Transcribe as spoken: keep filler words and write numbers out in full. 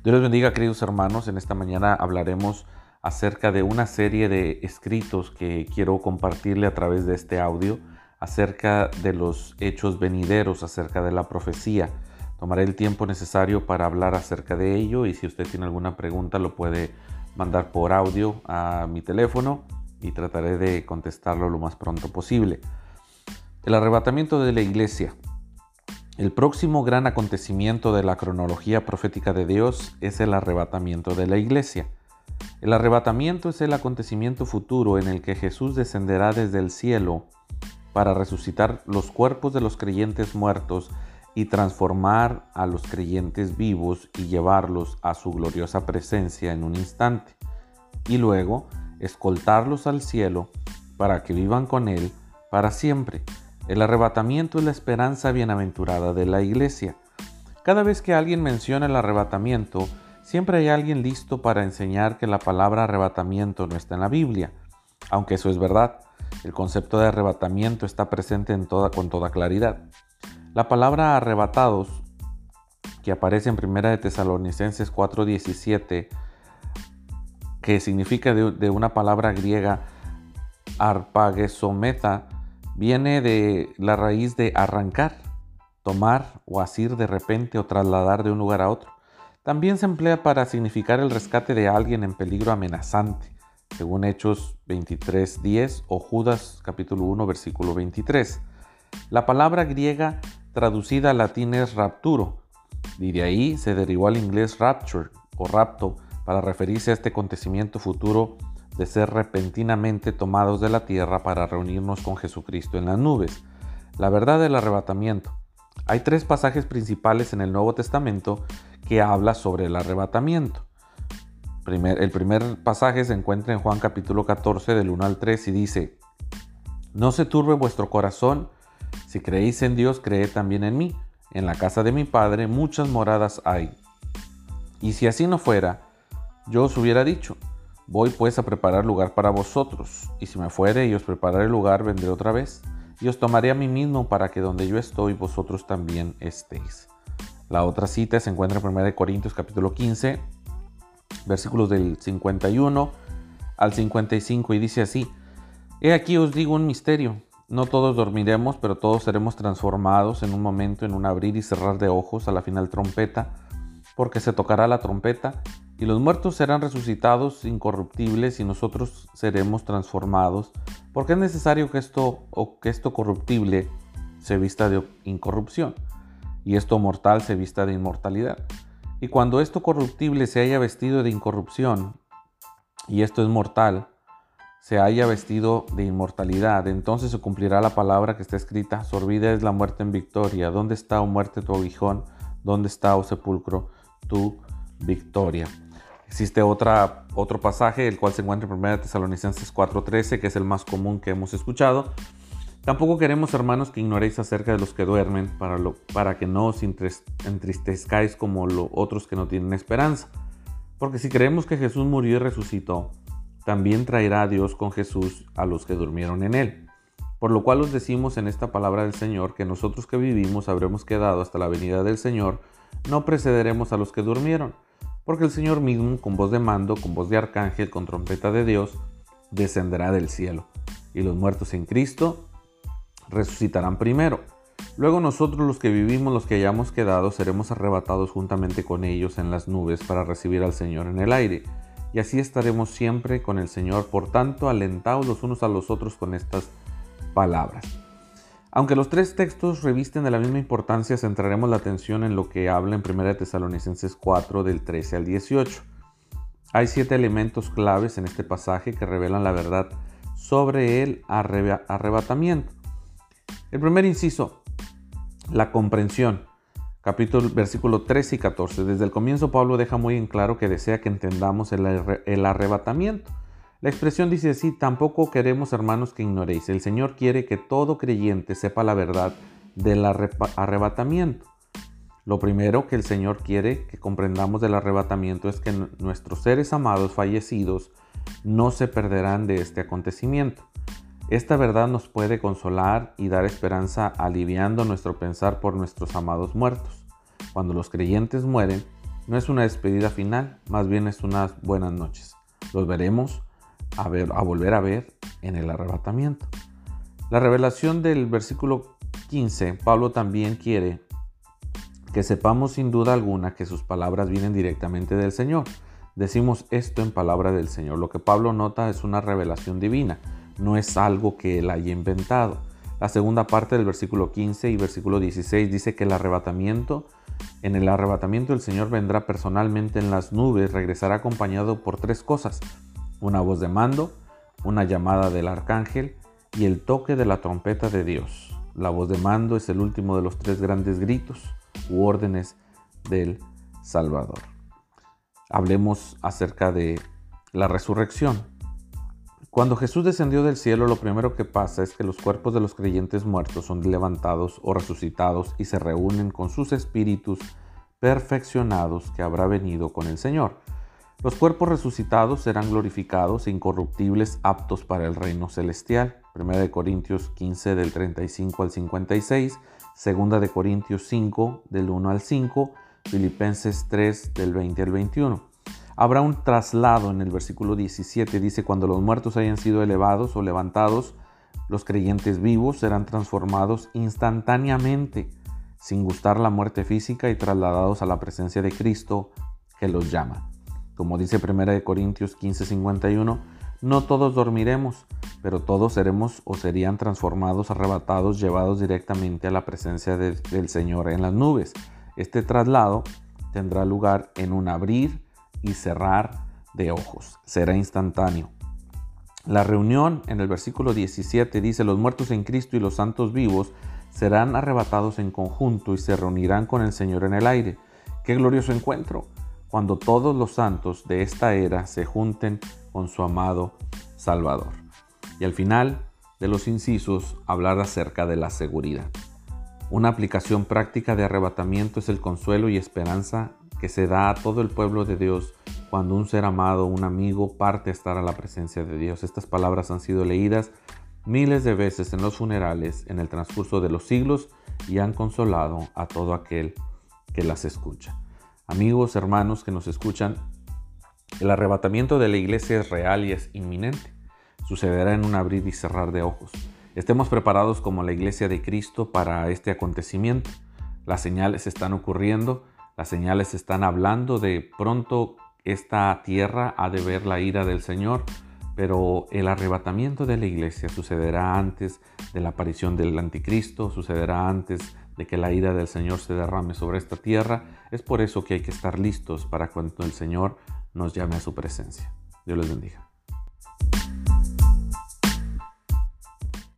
Dios les bendiga, queridos hermanos. En esta mañana hablaremos acerca de una serie de escritos que quiero compartirle a través de este audio, acerca de los hechos venideros, acerca de la profecía. Tomaré el tiempo necesario para hablar acerca de ello, y si usted tiene alguna pregunta lo puede mandar por audio a mi teléfono y trataré de contestarlo lo más pronto posible. El arrebatamiento de la iglesia. El próximo gran acontecimiento de la cronología profética de Dios es el arrebatamiento de la iglesia. El arrebatamiento es el acontecimiento futuro en el que Jesús descenderá desde el cielo para resucitar los cuerpos de los creyentes muertos y transformar a los creyentes vivos y llevarlos a su gloriosa presencia en un instante, y luego escoltarlos al cielo para que vivan con Él para siempre. El arrebatamiento es la esperanza bienaventurada de la iglesia. Cada vez que alguien menciona el arrebatamiento, siempre hay alguien listo para enseñar que la palabra arrebatamiento no está en la Biblia. Aunque eso es verdad, el concepto de arrebatamiento está presente en toda, con toda claridad. La palabra arrebatados, que aparece en primera de Tesalonicenses cuatro diecisiete, que significa de, de una palabra griega arpagesometa, viene de la raíz de arrancar, tomar o asir de repente o trasladar de un lugar a otro. También se emplea para significar el rescate de alguien en peligro amenazante, según Hechos veintitrés diez o Judas capítulo uno versículo veintitrés. La palabra griega traducida al latín es rapturo, y de ahí se derivó al inglés rapture o rapto para referirse a este acontecimiento futuro de ser repentinamente tomados de la tierra para reunirnos con Jesucristo en las nubes. La verdad del arrebatamiento. Hay tres pasajes principales en el Nuevo Testamento que habla sobre el arrebatamiento. Primer, el primer pasaje se encuentra en Juan capítulo catorce del uno al tres y dice: No se turbe vuestro corazón, si creéis en Dios, creed también en mí. En la casa de mi Padre muchas moradas hay. Y si así no fuera, yo os hubiera dicho: Voy pues a preparar lugar para vosotros, y si me fuere y os prepararé lugar, vendré otra vez, y os tomaré a mí mismo para que donde yo estoy, vosotros también estéis. La otra cita se encuentra en primera de Corintios capítulo quince, versículos del cincuenta y uno al cincuenta y cinco, y dice así: He aquí os digo un misterio, no todos dormiremos, pero todos seremos transformados en un momento, en un abrir y cerrar de ojos, a la final trompeta, porque se tocará la trompeta, y los muertos serán resucitados incorruptibles, y nosotros seremos transformados, porque es necesario que esto, o que esto corruptible se vista de incorrupción, y esto mortal se vista de inmortalidad. Y cuando esto corruptible se haya vestido de incorrupción, y esto es mortal, se haya vestido de inmortalidad, entonces se cumplirá la palabra que está escrita: Sorbida es la muerte en victoria. ¿Dónde está, oh muerte, tu aguijón? ¿Dónde está, oh sepulcro, tu victoria? Existe otra, otro pasaje, el cual se encuentra en primera de Tesalonicenses cuatro trece, que es el más común que hemos escuchado. Tampoco queremos, hermanos, que ignoréis acerca de los que duermen, para, lo, para que no os entristezcáis como los otros que no tienen esperanza. Porque si creemos que Jesús murió y resucitó, también traerá a Dios con Jesús a los que durmieron en él. Por lo cual os decimos en esta palabra del Señor, que nosotros que vivimos habremos quedado hasta la venida del Señor, no precederemos a los que durmieron. Porque el Señor mismo, con voz de mando, con voz de arcángel, con trompeta de Dios, descenderá del cielo, y los muertos en Cristo resucitarán primero. Luego nosotros, los que vivimos, los que hayamos quedado, seremos arrebatados juntamente con ellos en las nubes para recibir al Señor en el aire. Y así estaremos siempre con el Señor. Por tanto, alentaos los unos a los otros con estas palabras. Aunque los tres textos revisten de la misma importancia, centraremos la atención en lo que habla en primera de Tesalonicenses cuatro, del trece al dieciocho. Hay siete elementos claves en este pasaje que revelan la verdad sobre el arrebatamiento. El primer inciso, la comprensión. Capítulo, versículo trece y catorce. Desde el comienzo Pablo deja muy en claro que desea que entendamos el, el arrebatamiento. La expresión dice así: tampoco queremos, hermanos, que ignoréis. El Señor quiere que todo creyente sepa la verdad del arrebatamiento. Lo primero que el Señor quiere que comprendamos del arrebatamiento es que nuestros seres amados fallecidos no se perderán de este acontecimiento. Esta verdad nos puede consolar y dar esperanza, aliviando nuestro pensar por nuestros amados muertos. Cuando los creyentes mueren, No es una despedida final, más bien es unas buenas noches. Los veremos a, ver, a volver a ver en el arrebatamiento. La revelación del versículo quince, Pablo también quiere que sepamos sin duda alguna que sus palabras vienen directamente del Señor. Decimos esto en palabra del Señor. Lo que Pablo nota es una revelación divina, no es algo que él haya inventado. La segunda parte del versículo quince y versículo dieciséis dice que el arrebatamiento, en el arrebatamiento el Señor vendrá personalmente en las nubes, regresará acompañado por tres cosas: una voz de mando, una llamada del arcángel y el toque de la trompeta de Dios. La voz de mando es el último de los tres grandes gritos u órdenes del Salvador. Hablemos acerca de la resurrección. Cuando Jesús descendió del cielo, lo primero que pasa es que los cuerpos de los creyentes muertos son levantados o resucitados y se reúnen con sus espíritus perfeccionados que habrá venido con el Señor. Los cuerpos resucitados serán glorificados e incorruptibles, aptos para el reino celestial. Primera de Corintios quince del treinta y cinco al cincuenta y seis, Segunda de Corintios cinco del uno al cinco, Filipenses tres del veinte al veintiuno. Habrá un traslado en el versículo diecisiete, dice: cuando los muertos hayan sido elevados o levantados, los creyentes vivos serán transformados instantáneamente, sin gustar la muerte física, y trasladados a la presencia de Cristo que los llama. Como dice Primera de Corintios quince cincuenta y uno, no todos dormiremos, pero todos seremos o serían transformados, arrebatados, llevados directamente a la presencia de, del Señor en las nubes. Este traslado tendrá lugar en un abrir y cerrar de ojos. Será instantáneo. La reunión en el versículo diecisiete dice: los muertos en Cristo y los santos vivos serán arrebatados en conjunto y se reunirán con el Señor en el aire. ¡Qué glorioso encuentro! Cuando todos los santos de esta era se junten con su amado Salvador. Y al final de los incisos, hablar acerca de la seguridad. Una aplicación práctica de arrebatamiento es el consuelo y esperanza que se da a todo el pueblo de Dios cuando un ser amado, un amigo, parte a estar a la presencia de Dios. Estas palabras han sido leídas miles de veces en los funerales en el transcurso de los siglos y han consolado a todo aquel que las escucha. Amigos, hermanos que nos escuchan, el arrebatamiento de la iglesia es real y es inminente. Sucederá en un abrir y cerrar de ojos. Estemos preparados como la iglesia de Cristo para este acontecimiento. Las señales están ocurriendo, las señales están hablando de pronto esta tierra ha de ver la ira del Señor, pero el arrebatamiento de la iglesia sucederá antes de la aparición del anticristo, sucederá antes de que la ira del Señor se derrame sobre esta tierra. Es por eso que hay que estar listos para cuando el Señor nos llame a su presencia. Dios les bendiga.